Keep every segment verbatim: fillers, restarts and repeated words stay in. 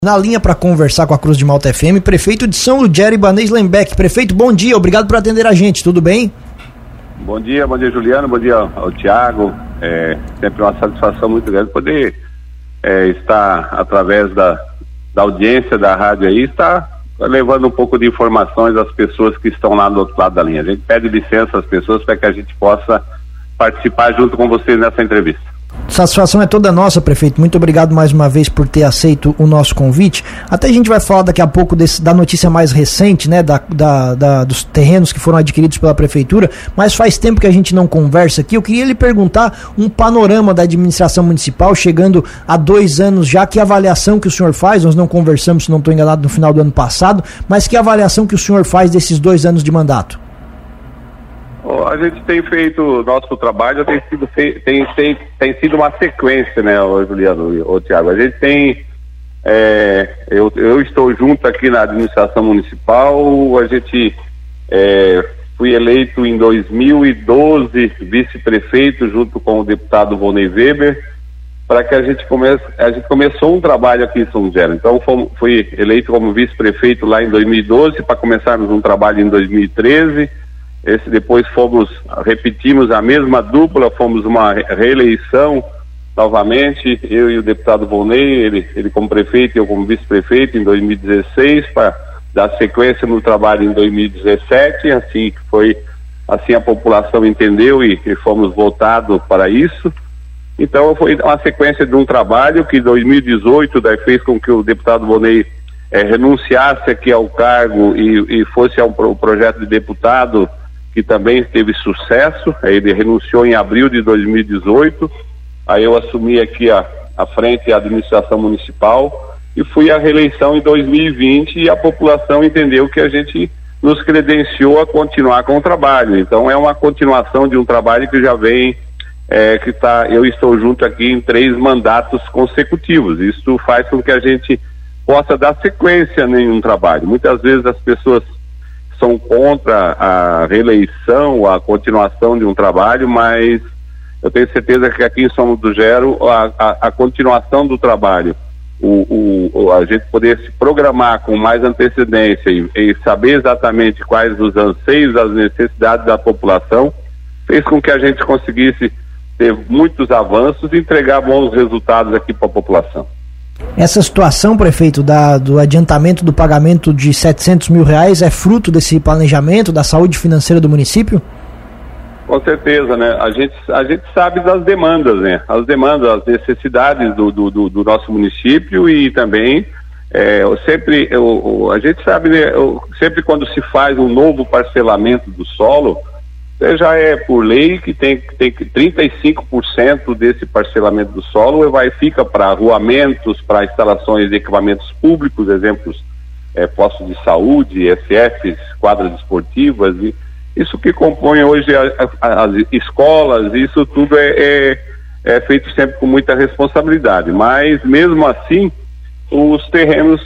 Na linha para conversar com a Cruz de Malta F M, prefeito de São Ludgero, Ibanez Lembeck. Prefeito, bom dia, obrigado por atender a gente, tudo bem? Bom dia, bom dia Juliano, bom dia ao, ao Tiago. É sempre uma satisfação muito grande poder é, estar através da, da audiência da rádio aí, estar levando um pouco de informações às pessoas que estão lá do outro lado da linha. A gente pede licença às pessoas para que a gente possa participar junto com vocês nessa entrevista. Satisfação é toda nossa, prefeito. Muito obrigado mais uma vez por ter aceito o nosso convite. Até a gente vai falar daqui a pouco desse, da notícia mais recente, né, da, da, da, dos terrenos que foram adquiridos pela prefeitura, mas faz tempo que a gente não conversa aqui. Eu queria lhe perguntar um panorama da administração municipal, chegando a dois anos já, que avaliação que o senhor faz, nós não conversamos, se não estou enganado, no final do ano passado, mas que avaliação que o senhor faz desses dois anos de mandato? A gente tem feito, nosso trabalho tem sido, tem, tem, tem sido uma sequência, né, Juliano, o Tiago. A gente tem, é, eu, eu estou junto aqui na administração municipal, a gente é, fui eleito em dois mil e doze vice-prefeito junto com o deputado Volney Weber, para que a gente comece, a gente começou um trabalho aqui em São Ludgero. Então fomos, fui eleito como vice-prefeito lá em dois mil e doze, para começarmos um trabalho em dois mil e treze. Esse depois fomos, repetimos a mesma dupla, fomos uma reeleição novamente, eu e o deputado Volney, ele, ele como prefeito e eu como vice-prefeito em dois mil e dezesseis, para dar sequência no trabalho em dois mil e dezessete, assim foi, assim a população entendeu e, e fomos votados para isso. Então foi uma sequência de um trabalho que em dois mil e dezoito daí fez com que o deputado Volney é, renunciasse aqui ao cargo e, e fosse ao pro, projeto de deputado, que também teve sucesso. Ele renunciou em abril de dois mil e dezoito, aí eu assumi aqui a, a frente da administração municipal e fui à reeleição em dois mil e vinte, e a população entendeu que a gente nos credenciou a continuar com o trabalho. Então é uma continuação de um trabalho que já vem, é, que tá, eu estou junto aqui em três mandatos consecutivos. Isso faz com que a gente possa dar sequência em um trabalho. Muitas vezes as pessoas são contra a reeleição, a continuação de um trabalho, mas eu tenho certeza que aqui em São Ludgero a, a, a continuação do trabalho, o, o, a gente poder se programar com mais antecedência e, e saber exatamente quais os anseios, as necessidades da população, fez com que a gente conseguisse ter muitos avanços e entregar bons resultados aqui para a população. Essa situação, prefeito, da, do adiantamento do pagamento de setecentos mil reais é fruto desse planejamento da saúde financeira do município? Com certeza, né? A gente, a gente sabe das demandas, né? As demandas, as necessidades do, do, do, do nosso município e também, é, eu sempre, eu, eu, a gente sabe, né? Eu, sempre quando se faz um novo parcelamento do solo, já é por lei que tem, tem trinta e cinco por cento desse parcelamento do solo vai, fica para arruamentos, para instalações de equipamentos públicos, exemplos, é, postos de saúde, S Fs, quadras esportivas, e isso que compõe hoje a, a, as escolas, isso tudo é, é, é feito sempre com muita responsabilidade, mas mesmo assim os terrenos...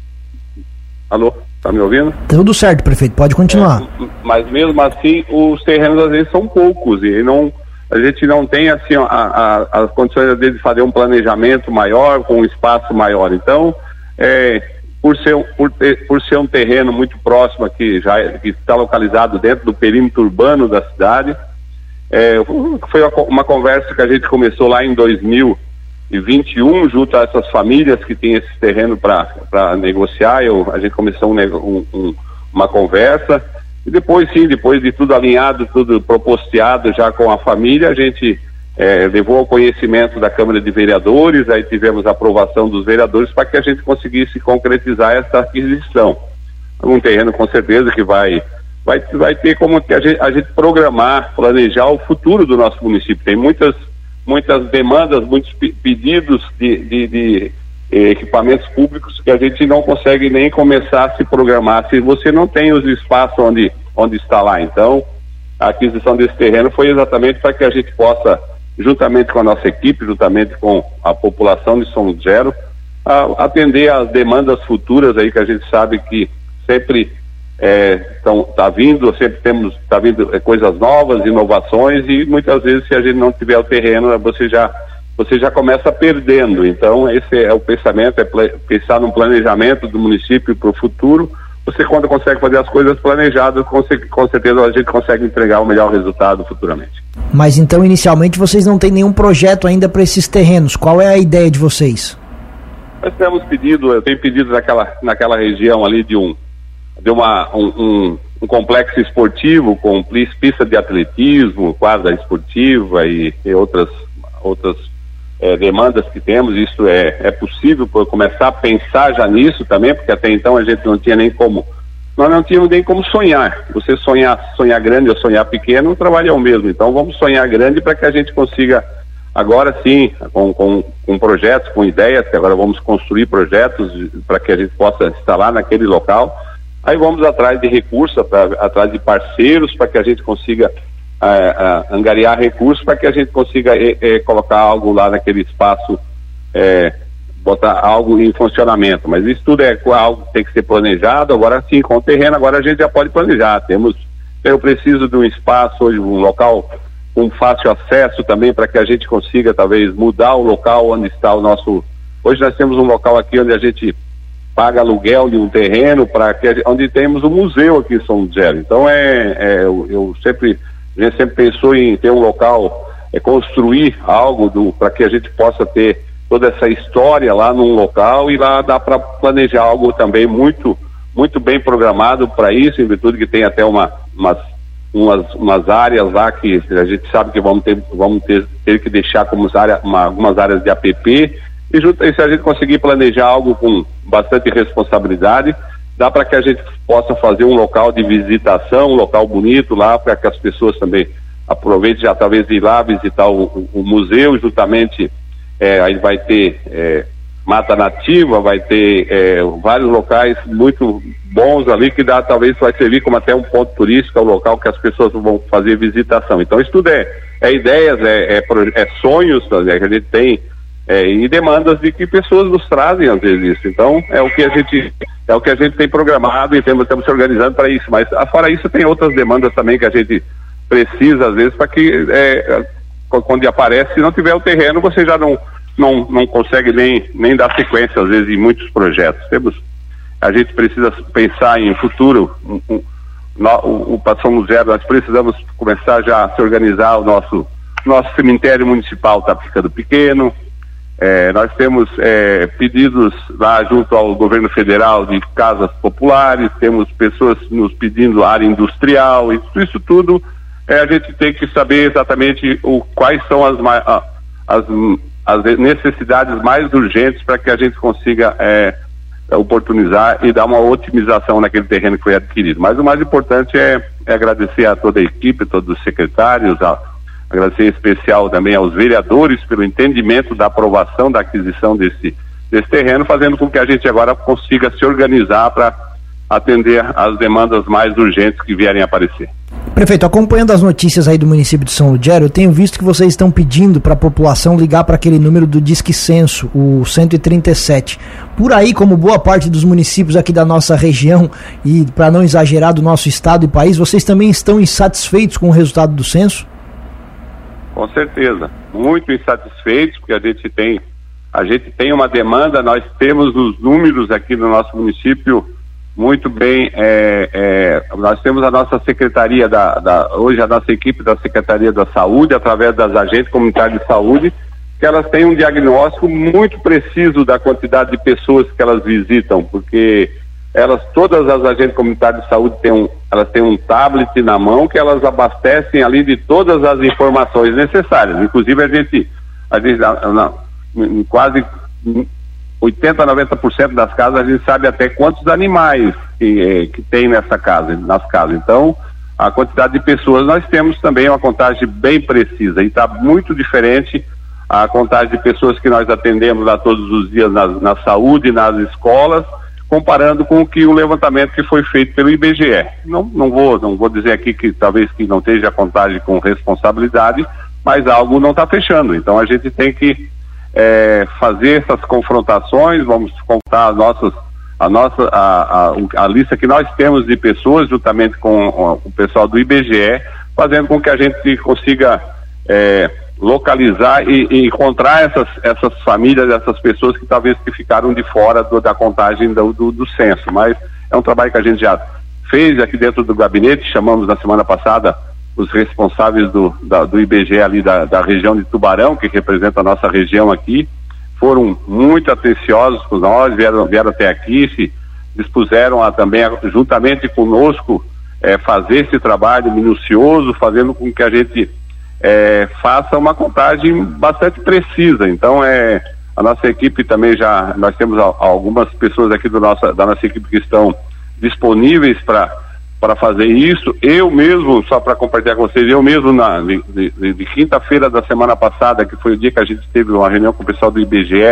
Alô? Tá me ouvindo? Tudo certo, prefeito, pode continuar. É, mas mesmo assim, os terrenos às vezes são poucos e não, a gente não tem assim a, a, as condições às vezes de fazer um planejamento maior, com um espaço maior. Então, é, por, ser, por, ter, por ser um terreno muito próximo aqui, já é, que está localizado dentro do perímetro urbano da cidade, é, foi uma, uma conversa que a gente começou lá em dois mil e vinte e um, junto a essas famílias que têm esse terreno para negociar. Eu, a gente começou um, um, uma conversa e depois sim, depois de tudo alinhado, tudo proposteado já com a família, a gente é, levou ao conhecimento da Câmara de Vereadores, aí tivemos a aprovação dos vereadores para que a gente conseguisse concretizar essa aquisição. Um terreno com certeza que vai, vai, vai ter como que a gente, a gente programar, planejar o futuro do nosso município. Tem muitas muitas demandas, muitos pedidos de, de, de equipamentos públicos que a gente não consegue nem começar a se programar se você não tem os espaços onde, onde está lá. Então, a aquisição desse terreno foi exatamente para que a gente possa, juntamente com a nossa equipe, juntamente com a população de São Ludgero, a, atender às demandas futuras aí que a gente sabe que sempre estão é, tá vindo, sempre temos, tá vindo é, coisas novas, inovações, e muitas vezes se a gente não tiver o terreno, você já você já começa perdendo. Então esse é o pensamento, é pensar no planejamento do município para o futuro. Você, quando consegue fazer as coisas planejadas, com, com certeza a gente consegue entregar o melhor resultado futuramente. Mas então, inicialmente, vocês não têm nenhum projeto ainda para esses terrenos. Qual é a ideia de vocês? Nós temos pedido, eu tenho pedido naquela, naquela região ali de um, de uma, um, um, um complexo esportivo com pista de atletismo, quadra esportiva e, e outras, outras é, demandas que temos. Isso é, é possível por começar a pensar já nisso também, porque até então a gente não tinha nem como, nós não tínhamos nem como sonhar. Você sonhar, sonhar grande ou sonhar pequeno, o trabalho é o mesmo. Então vamos sonhar grande para que a gente consiga, agora sim, com, com, com projetos, com ideias, que agora vamos construir projetos para que a gente possa instalar naquele local. Aí vamos atrás de recursos, pra, atrás de parceiros, para que a gente consiga uh, uh, angariar recursos, para que a gente consiga eh, eh, colocar algo lá naquele espaço, eh, botar algo em funcionamento. Mas isso tudo é algo que tem que ser planejado. Agora sim, com o terreno, agora a gente já pode planejar. Temos, eu preciso de um espaço hoje, um local com fácil acesso também, para que a gente consiga talvez mudar o local onde está o nosso... Hoje nós temos um local aqui onde a gente paga aluguel de um terreno, para que onde temos um museu aqui em São José. Então é, é eu, eu sempre, a gente sempre pensou em ter um local, é, construir algo para que a gente possa ter toda essa história lá num local, e lá dá para planejar algo também muito, muito bem programado para isso, em virtude que tem até uma, umas, umas, umas áreas lá que a gente sabe que vamos ter, vamos ter, ter que deixar como área, uma, algumas áreas de A P P, e, junto, e se a gente conseguir planejar algo com bastante responsabilidade, dá para que a gente possa fazer um local de visitação, um local bonito lá, para que as pessoas também aproveitem já talvez ir lá visitar o, o, o museu, juntamente. É, aí vai ter é, mata nativa, vai ter é, vários locais muito bons ali, que dá, talvez vai servir como até um ponto turístico, é o local que as pessoas vão fazer visitação. Então isso tudo é, é ideias, é, é, é sonhos, né, que a gente tem, é, e demandas de que pessoas nos trazem às vezes isso. Então é o que a gente, é o que a gente tem programado e temos, estamos se organizando para isso. Mas fora isso tem outras demandas também que a gente precisa às vezes para que é, quando aparece, se não tiver o terreno, você já não, não, não consegue nem, nem dar sequência, às vezes, em muitos projetos. Temos, a gente precisa pensar em futuro, um, um, no, o, o São José, nós precisamos começar já a se organizar. O nosso, nosso cemitério municipal está ficando pequeno, é, nós temos é, pedidos lá junto ao governo federal de casas populares, temos pessoas nos pedindo área industrial, isso, isso tudo. É, a gente tem que saber exatamente o, quais são as, as, as necessidades mais urgentes para que a gente consiga é, oportunizar e dar uma otimização naquele terreno que foi adquirido. Mas o mais importante é, é agradecer a toda a equipe, todos os secretários, a, agradecer em especial também aos vereadores pelo entendimento da aprovação da aquisição desse, desse terreno, fazendo com que a gente agora consiga se organizar para atender às demandas mais urgentes que vierem a aparecer. Prefeito, acompanhando as notícias aí do município de São Lugero, eu tenho visto que vocês estão pedindo para a população ligar para aquele número do Disque Censo, o cento e trinta e sete. Por aí, como boa parte dos municípios aqui da nossa região, e para não exagerar do nosso estado e país, vocês também estão insatisfeitos com o resultado do censo? Com certeza, muito insatisfeitos, porque a gente tem, a gente tem uma demanda, nós temos os números aqui no nosso município muito bem, é, é, nós temos a nossa secretaria, da, da, hoje a nossa equipe da Secretaria da Saúde, através das agentes comunitárias de saúde, que elas têm um diagnóstico muito preciso da quantidade de pessoas que elas visitam, porque elas, todas as agentes comunitárias de saúde têm um, elas têm um tablet na mão que elas abastecem ali de todas as informações necessárias. Inclusive a gente, a gente na, na, em quase oitenta, noventa por cento das casas a gente sabe até quantos animais que, eh, que tem nessa casa, nas casas. Então, a quantidade de pessoas, nós temos também uma contagem bem precisa, e está muito diferente a contagem de pessoas que nós atendemos lá todos os dias na, na saúde, nas escolas, comparando com o que o levantamento que foi feito pelo I B G E. Não, não vou, não vou dizer aqui que talvez que não esteja a contagem com responsabilidade, mas algo não está fechando. Então a gente tem que É, fazer essas confrontações, vamos contar as nossas, a, nossa, a, a, a lista que nós temos de pessoas, juntamente com o pessoal do I B G E, fazendo com que a gente consiga é, localizar e, e encontrar essas, essas famílias, essas pessoas que talvez que ficaram de fora do, da contagem do, do, do censo. Mas é um trabalho que a gente já fez aqui dentro do gabinete. Chamamos na semana passada os responsáveis do, da, do I B G E ali da, da região de Tubarão, que representa a nossa região aqui. Foram muito atenciosos com nós, vieram, vieram até aqui, se dispuseram a também, juntamente conosco, é, fazer esse trabalho minucioso, fazendo com que a gente é, faça uma contagem bastante precisa. Então, é, a nossa equipe também já, nós temos a, algumas pessoas aqui do nossa, da nossa equipe que estão disponíveis para para fazer isso. Eu mesmo, só para compartilhar com vocês, eu mesmo na, de, de, de quinta-feira da semana passada, que foi o dia que a gente teve uma reunião com o pessoal do I B G E,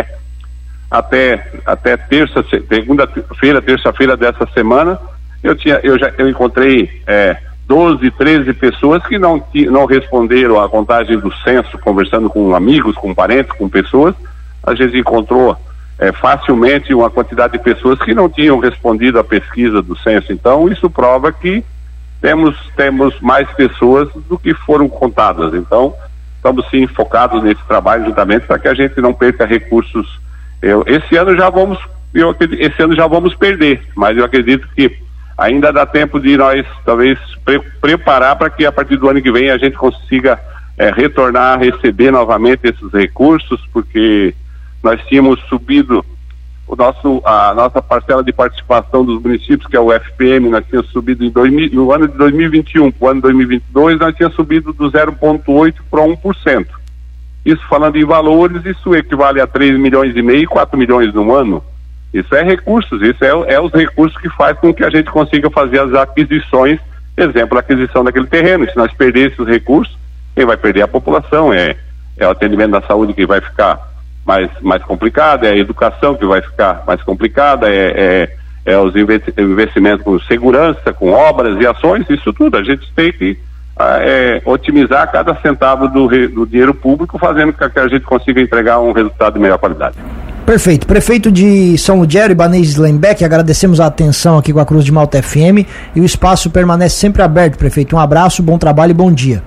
até, até terça, segunda-feira, terça-feira dessa semana, eu, tinha, eu já eu encontrei é, doze, treze pessoas que não, não responderam à contagem do censo, conversando com amigos, com parentes, com pessoas. A gente encontrou É, facilmente uma quantidade de pessoas que não tinham respondido à pesquisa do censo. Então isso prova que temos, temos mais pessoas do que foram contadas. Então estamos sim focados nesse trabalho juntamente para que a gente não perca recursos. Eu, esse ano já vamos eu, esse ano já vamos perder, mas eu acredito que ainda dá tempo de nós talvez pre preparar para que a partir do ano que vem a gente consiga é, retornar a receber novamente esses recursos, porque nós tínhamos subido o nosso, a nossa parcela de participação dos municípios, que é o F P M, nós tínhamos subido em dois mil, no ano de dois mil e vinte e um, para o ano de dois mil e vinte e dois, nós tínhamos subido do zero vírgula oito para um por cento. Isso, falando em valores, isso equivale a três milhões e meio, quatro milhões no ano. Isso é recursos, isso é, é os recursos que faz com que a gente consiga fazer as aquisições, exemplo, a aquisição daquele terreno. Se nós perdermos esses recursos, quem vai perder é a população, é, é o atendimento da saúde que vai ficar mais, mais complicada, é a educação que vai ficar mais complicada, é, é, é os investimentos com segurança, com obras e ações, isso tudo. A gente tem que é, otimizar cada centavo do, do dinheiro público, fazendo com que a gente consiga entregar um resultado de melhor qualidade. Perfeito. Prefeito de São Ludgero, Ibanez Lembeck, agradecemos a atenção aqui com a Cruz de Malta F M, e o espaço permanece sempre aberto, prefeito. Um abraço, bom trabalho e bom dia.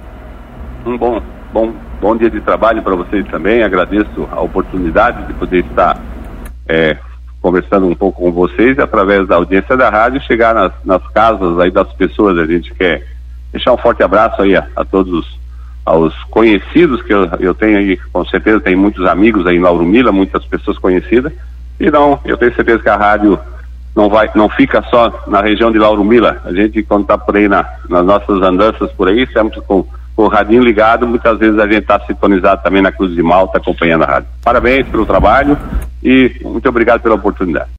Um bom, bom Bom dia de trabalho para vocês também. Agradeço a oportunidade de poder estar é, conversando um pouco com vocês através da audiência da rádio, chegar nas, nas casas aí das pessoas. A gente quer deixar um forte abraço aí a, a todos os aos conhecidos que eu, eu tenho aí, com certeza tem muitos amigos aí em Lauro Mila, muitas pessoas conhecidas, e não, eu tenho certeza que a rádio não vai, não fica só na região de Lauro Mila. A gente, quando está por aí na, nas nossas andanças por aí, sempre com o radinho ligado, muitas vezes a gente está sintonizado também na Cruz de Malta, acompanhando a rádio. Parabéns pelo trabalho e muito obrigado pela oportunidade.